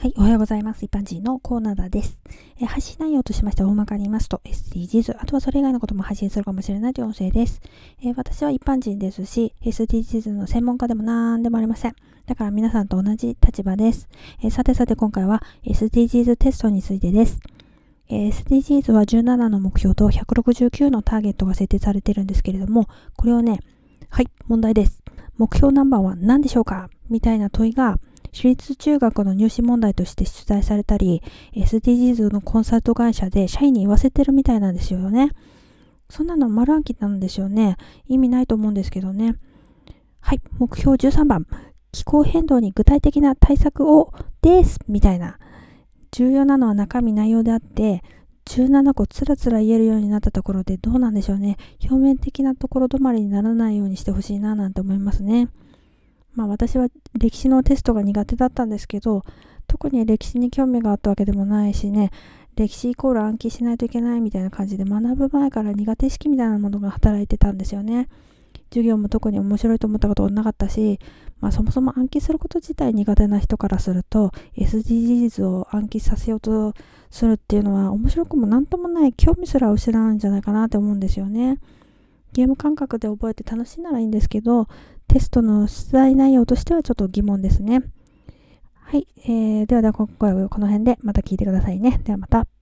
はい、おはようございます。一般人のコーナーです。配信内容としましては大まかに言いますと SDGs、あとはそれ以外のことも配信するかもしれないという音声です。私は一般人ですし、SDGs の専門家でもなんでもありません。だから皆さんと同じ立場です。さて今回は SDGs テストについてです。SDGs は17の目標と169のターゲットが設定されているんですけれども、これをね、はい、問題です。目標ナンバーは何でしょうかみたいな問いが、私立中学の入試問題として出題されたり、SDGs のコンサルト会社で社員に言わせてるみたいなんですよね。そんなの丸暗記なんでしょうね。意味ないと思うんですけどね。はい、目標13番。気候変動に具体的な対策をですみたいな。重要なのは中身内容であって、17個つらつら言えるようになったところでどうなんでしょうね。表面的なところ止まりにならないようにしてほしいななんて思いますね。私は歴史のテストが苦手だったんですけど、特に歴史に興味があったわけでもないしね、歴史イコール暗記しないといけないみたいな感じで学ぶ前から苦手意識みたいなものが働いてたんですよね。授業も特に面白いと思ったことなかったし、そもそも暗記すること自体苦手な人からすると SDGs を暗記させようとするっていうのは面白くもなんともない興味すら失うんじゃないかなって思うんですよね。ゲーム感覚で覚えて楽しいならいいんですけど、テストの出題内容としてはちょっと疑問ですね。はい、では今回はこの辺でまた聞いてくださいね。ではまた。